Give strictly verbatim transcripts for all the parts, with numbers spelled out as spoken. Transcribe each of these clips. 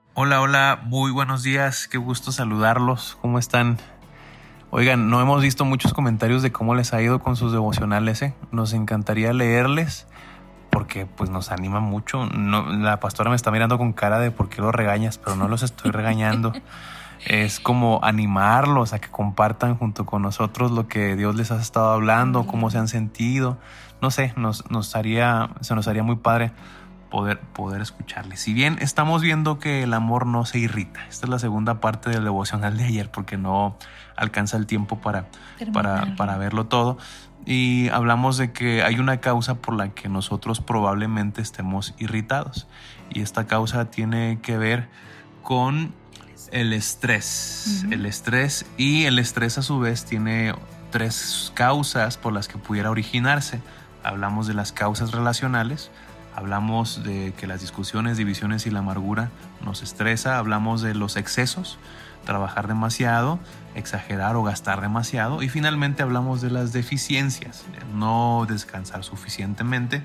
Hola, hola, muy buenos días, qué gusto saludarlos, ¿cómo están? Oigan, no hemos visto muchos comentarios de cómo les ha ido con sus devocionales, ¿eh? Nos encantaría leerles porque pues nos anima mucho. No, la pastora me está mirando con cara de por qué los regañas, pero no los estoy regañando. Es como animarlos a que compartan junto con nosotros lo que Dios les ha estado hablando, cómo se han sentido. No sé, nos, nos haría, se nos haría muy padre Poder, poder escucharles. Si bien estamos viendo que el amor no se irrita, esta es la segunda parte del devocional de ayer porque no alcanza el tiempo para, para, para verlo todo, y hablamos de que hay una causa por la que nosotros probablemente estemos irritados, y esta causa tiene que ver con el estrés. Uh-huh. El estrés y el estrés a su vez tiene tres causas por las que pudiera originarse. Hablamos de las causas relacionales. Hablamos de que las discusiones, divisiones y la amargura nos estresa. Hablamos de los excesos, trabajar demasiado, exagerar o gastar demasiado. Y finalmente hablamos de las deficiencias, no descansar suficientemente,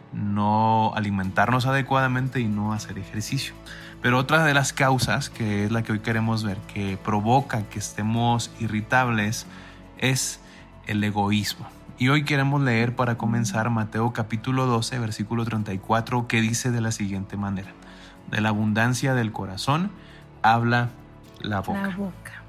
no alimentarnos adecuadamente y no hacer ejercicio. Pero otra de las causas, que es la que hoy queremos ver, que provoca que estemos irritables, es el egoísmo. Y hoy queremos leer para comenzar Mateo capítulo doce, versículo treinta y cuatro, que dice de la siguiente manera: de la abundancia del corazón habla la boca. La boca.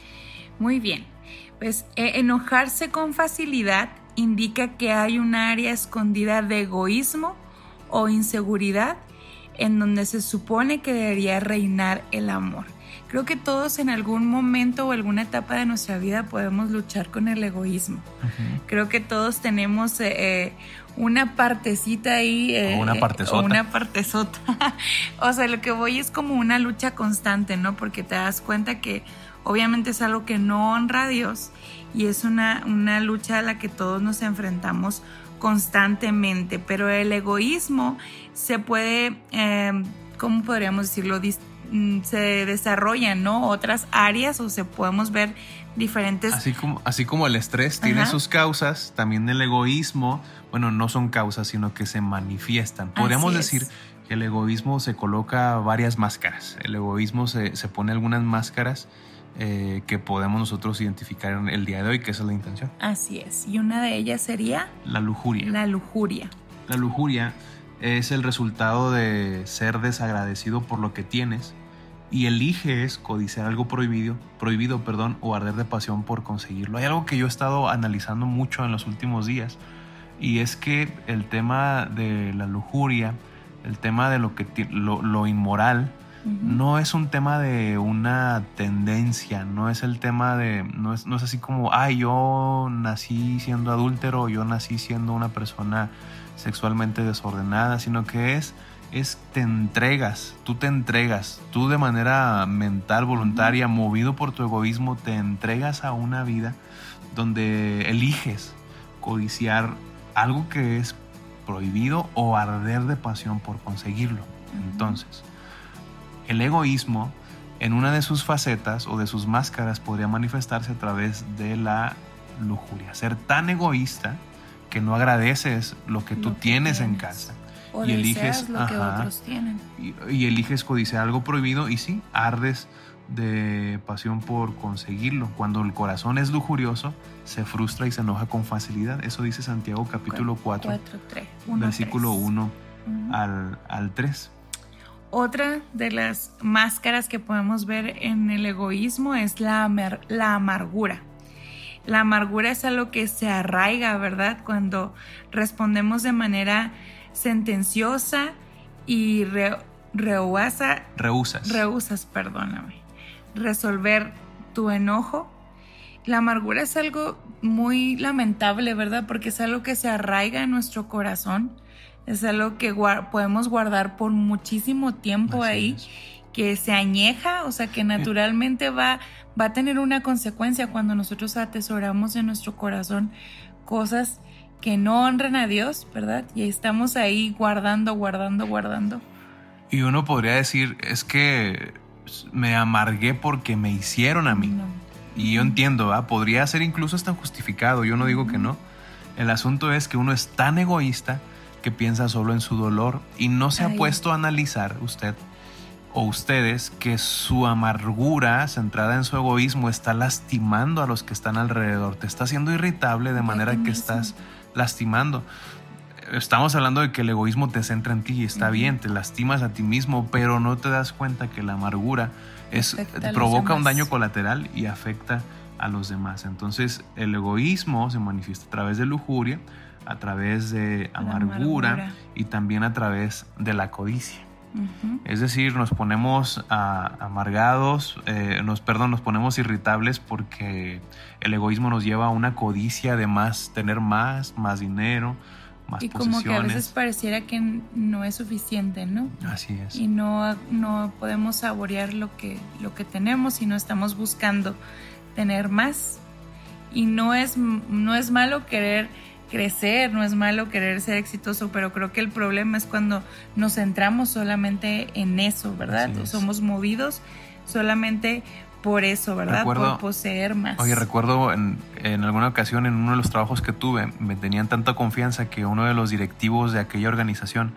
Muy bien. Pues eh, enojarse con facilidad indica que hay un área escondida de egoísmo o inseguridad en donde se supone que debería reinar el amor. Creo que todos en algún momento o alguna etapa de nuestra vida podemos luchar con el egoísmo. Uh-huh. Creo que todos tenemos eh, una partecita ahí. Eh, o una partezota. O una partezota. O sea, lo que voy es como una lucha constante, ¿no? Porque te das cuenta que obviamente es algo que no honra a Dios y es una, una lucha a la que todos nos enfrentamos constantemente. Pero el egoísmo se puede, eh, ¿cómo podríamos decirlo? Dist- se desarrollan, ¿no? Otras áreas, o se podemos ver diferentes. Así como, así como el estrés tiene Ajá. sus causas, también el egoísmo, bueno, no son causas, sino que se manifiestan. Podríamos decir que el egoísmo se coloca varias máscaras. El egoísmo se, se pone algunas máscaras eh, que podemos nosotros identificar en el día de hoy, que esa es la intención. Así es. Y una de ellas sería la lujuria. La lujuria. La lujuria es el resultado de ser desagradecido por lo que tienes y eliges codiciar algo prohibido, prohibido perdón, o arder de pasión por conseguirlo. Hay algo que yo he estado analizando mucho en los últimos días, y es que el tema de la lujuria, el tema de lo, que, lo, lo inmoral, uh-huh. no es un tema de una tendencia, no es el tema de, no es, no es así como, ay, yo nací siendo adúltero, yo nací siendo una persona sexualmente desordenada, sino que es, es te entregas, tú te entregas, tú de manera mental, voluntaria, uh-huh. movido por tu egoísmo, te entregas a una vida donde eliges codiciar algo que es prohibido o arder de pasión por conseguirlo. Uh-huh. Entonces, el egoísmo en una de sus facetas o de sus máscaras podría manifestarse a través de la lujuria, ser tan egoísta que no agradeces lo que tú lo que tienes, tienes en casa o y eliges lo ajá, que otros tienen y, y eliges codiciar algo prohibido, y sí, ardes de pasión por conseguirlo. Cuando el corazón es lujurioso, se frustra y se enoja con facilidad. Eso dice Santiago capítulo cuatro, cuatro tres, uno, versículo tres. uno uh-huh. al, al tres. Otra de las máscaras que podemos ver en el egoísmo es la, amar- la amargura. La amargura es algo que se arraiga, ¿verdad? Cuando respondemos de manera sentenciosa y re, rehúsa, rehusas. Rehusas, perdóname. Resolver tu enojo. La amargura es algo muy lamentable, ¿verdad? Porque es algo que se arraiga en nuestro corazón. Es algo que guard- podemos guardar por muchísimo tiempo Así ahí. Es. Que se añeja, o sea, que naturalmente va, va a tener una consecuencia cuando nosotros atesoramos en nuestro corazón cosas que no honran a Dios, ¿verdad? Y estamos ahí guardando, guardando, guardando. Y uno podría decir, es que me amargué porque me hicieron a mí. No. Y yo entiendo, ¿verdad? Podría ser incluso hasta justificado, yo no digo uh-huh. que no. El asunto es que uno es tan egoísta que piensa solo en su dolor y no se Ay. ha puesto a analizar usted o ustedes que su amargura centrada en su egoísmo está lastimando a los que están alrededor, te está haciendo irritable de manera que estás lastimando. Estamos hablando de que el egoísmo te centra en ti y está uh-huh. bien, te lastimas a ti mismo, pero no te das cuenta que la amargura es, provoca un daño colateral y afecta a los demás. Entonces el egoísmo se manifiesta a través de lujuria, a través de amargura, amargura. y también a través de la codicia. Uh-huh. Es decir, nos ponemos a, amargados, eh, nos, perdón, nos ponemos irritables porque el egoísmo nos lleva a una codicia de más, tener más, más dinero, más y posesiones. Como que a veces pareciera que no es suficiente, ¿no? Así es. Y no, no podemos saborear lo que, lo que tenemos y no estamos buscando tener más. Y no es, no es malo querer crecer, no es malo querer ser exitoso, pero creo que el problema es cuando nos centramos solamente en eso, ¿verdad? Somos movidos solamente por eso, ¿verdad? Recuerdo, por poseer más. Oye, recuerdo en, en alguna ocasión en uno de los trabajos que tuve, me tenían tanta confianza que uno de los directivos de aquella organización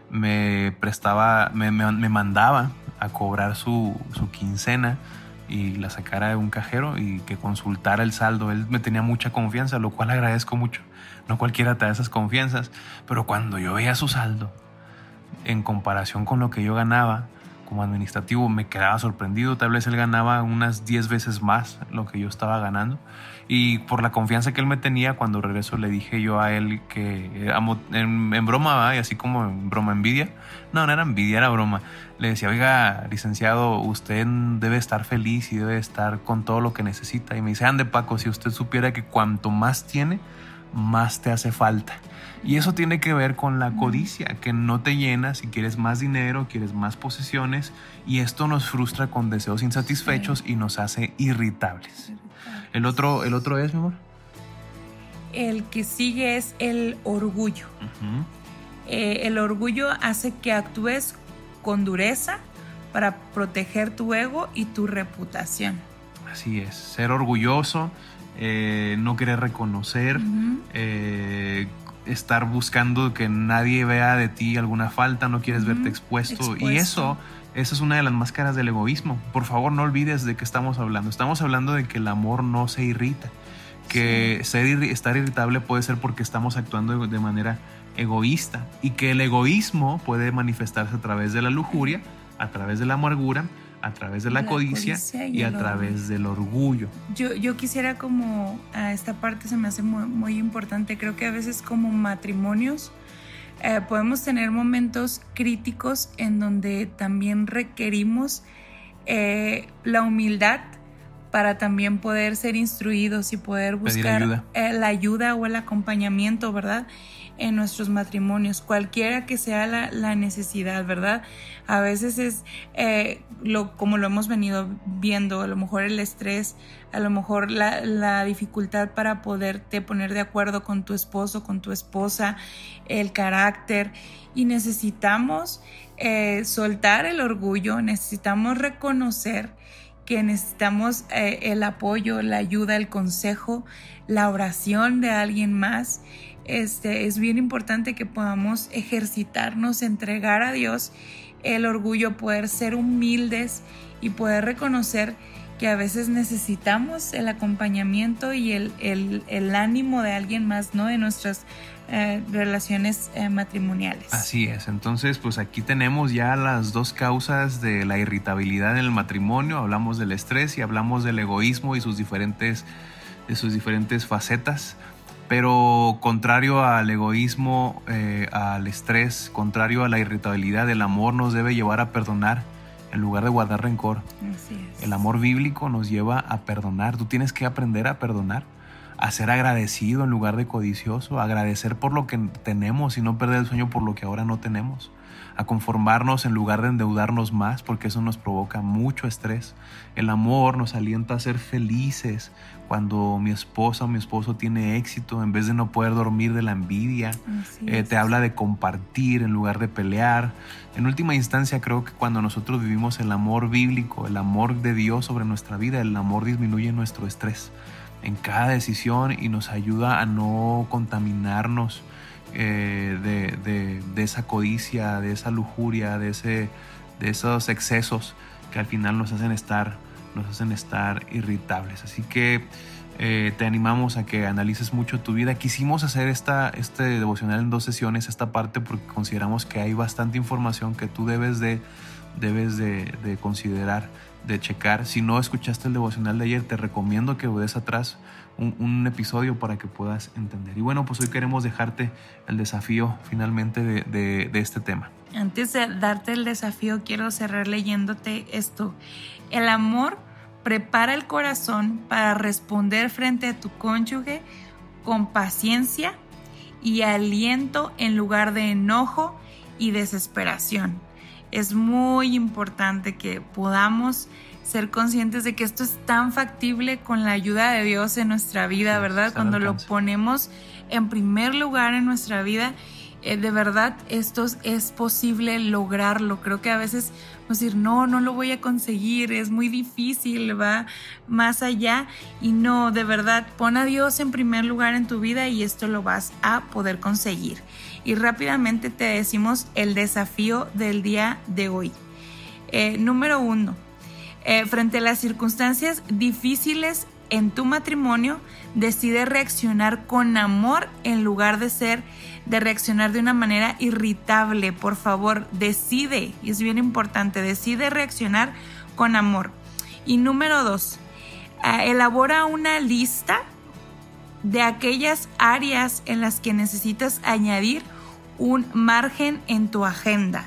me prestaba, me, me, me mandaba a cobrar su, su quincena y la sacara de un cajero y que consultara el saldo. Él me tenía mucha confianza, lo cual agradezco mucho. No cualquiera te da esas confianzas, pero cuando yo veía su saldo en comparación con lo que yo ganaba como administrativo, me quedaba sorprendido. Tal vez él ganaba unas diez veces más lo que yo estaba ganando, y por la confianza que él me tenía, cuando regreso le dije yo a él que en, en broma, ¿verdad? Y así como en broma envidia, no, no era envidia, era broma. Le decía, oiga, licenciado, usted debe estar feliz y debe estar con todo lo que necesita. Y me dice, ande Paco, si usted supiera que cuanto más tiene, más te hace falta. Y eso tiene que ver con la codicia, que no te llenas y quieres más dinero, quieres más posesiones, y esto nos frustra con deseos insatisfechos sí. y nos hace irritables. El otro, el otro es, mi amor. El que sigue es el orgullo. Uh-huh. Eh, el orgullo hace que actúes con dureza para proteger tu ego y tu reputación. Así es, ser orgulloso, eh, no querer reconocer, uh-huh. eh, estar buscando que nadie vea de ti alguna falta, no quieres uh-huh. verte expuesto. expuesto. Y eso, eso es una de las máscaras del egoísmo. Por favor, no olvides de qué estamos hablando. Estamos hablando de que el amor no se irrita, que sí. ser, estar irritable puede ser porque estamos actuando de, de manera egoísta, y que el egoísmo puede manifestarse a través de la lujuria, a través de la amargura, a través de la, la codicia, codicia y, y a través del orgullo. Yo, yo quisiera como, a esta parte se me hace muy, muy importante. Creo que a veces como matrimonios eh, podemos tener momentos críticos en donde también requerimos eh, la humildad para también poder ser instruidos y poder buscar ayuda. Eh, la ayuda o el acompañamiento, ¿verdad?, en nuestros matrimonios, cualquiera que sea la, la necesidad, ¿verdad? A veces es eh, lo, como lo hemos venido viendo, a lo mejor el estrés, a lo mejor la, la dificultad para poderte poner de acuerdo con tu esposo, con tu esposa, el carácter, y necesitamos eh, soltar el orgullo, necesitamos reconocer que necesitamos eh, el apoyo, la ayuda, el consejo, la oración de alguien más. Este, es bien importante que podamos ejercitarnos, entregar a Dios el orgullo, poder ser humildes y poder reconocer que a veces necesitamos el acompañamiento y el, el, el ánimo de alguien más, ¿no?, de nuestras eh, relaciones eh, matrimoniales. Así es. Entonces, pues aquí tenemos ya las dos causas de la irritabilidad en el matrimonio. Hablamos del estrés y hablamos del egoísmo y sus diferentes, de sus diferentes facetas. Pero contrario al egoísmo, eh, al estrés, contrario a la irritabilidad, el amor nos debe llevar a perdonar en lugar de guardar rencor. Así es. El amor bíblico nos lleva a perdonar. Tú tienes que aprender a perdonar, a ser agradecido en lugar de codicioso, a agradecer por lo que tenemos y no perder el sueño por lo que ahora no tenemos, a conformarnos en lugar de endeudarnos más, porque eso nos provoca mucho estrés. El amor nos alienta a ser felices cuando mi esposa o mi esposo tiene éxito, en vez de no poder dormir de la envidia. Eh, te habla de compartir en lugar de pelear. En última instancia, creo que cuando nosotros vivimos el amor bíblico, el amor de Dios sobre nuestra vida, el amor disminuye nuestro estrés en cada decisión y nos ayuda a no contaminarnos eh, de, de, de esa codicia, de esa lujuria, de ese de esos excesos que al final nos hacen estar, nos hacen estar irritables. Así que eh, te animamos a que analices mucho tu vida. Quisimos hacer esta, este devocional en dos sesiones, esta parte, porque consideramos que hay bastante información que tú debes de, debes de, de considerar, de checar. Si no escuchaste el devocional de ayer, te recomiendo que des atrás un, un episodio para que puedas entender. Y bueno, pues hoy queremos dejarte el desafío finalmente de, de, de este tema. Antes de darte el desafío, quiero cerrar leyéndote esto. El amor prepara el corazón para responder frente a tu cónyuge con paciencia y aliento en lugar de enojo y desesperación. Es muy importante que podamos ser conscientes de que esto es tan factible con la ayuda de Dios en nuestra vida, ¿verdad? Cuando lo ponemos en primer lugar en nuestra vida, eh, de verdad esto es posible lograrlo. Creo que a veces vamos a decir, no, no lo voy a conseguir, es muy difícil, va más allá. Y no, de verdad, pon a Dios en primer lugar en tu vida y esto lo vas a poder conseguir. Y rápidamente te decimos el desafío del día de hoy. Eh, número uno, eh, frente a las circunstancias difíciles en tu matrimonio, decide reaccionar con amor en lugar de ser, de reaccionar de una manera irritable. Por favor, decide, y es bien importante, decide reaccionar con amor. Y número dos, eh, elabora una lista de aquellas áreas en las que necesitas añadir un margen en tu agenda.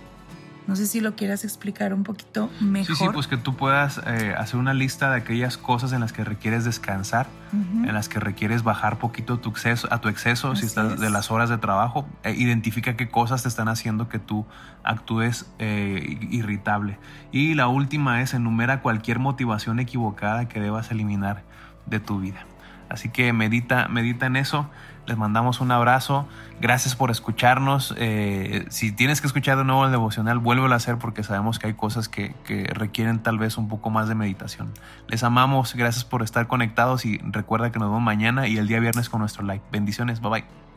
No sé si lo quieras explicar un poquito mejor. Sí, sí, pues que tú puedas eh, hacer una lista de aquellas cosas en las que requieres descansar, uh-huh. en las que requieres bajar poquito tu exceso, a tu exceso, Así si estás es. de las horas de trabajo. Eh, identifica qué cosas te están haciendo que tú actúes eh, irritable. Y la última es enumera cualquier motivación equivocada que debas eliminar de tu vida. Así que medita, medita en eso. Les mandamos un abrazo. Gracias por escucharnos. Eh, si tienes que escuchar de nuevo el devocional, vuélvelo a hacer porque sabemos que hay cosas que, que requieren tal vez un poco más de meditación. Les amamos. Gracias por estar conectados y recuerda que nos vemos mañana y el día viernes con nuestro like. Bendiciones. Bye bye.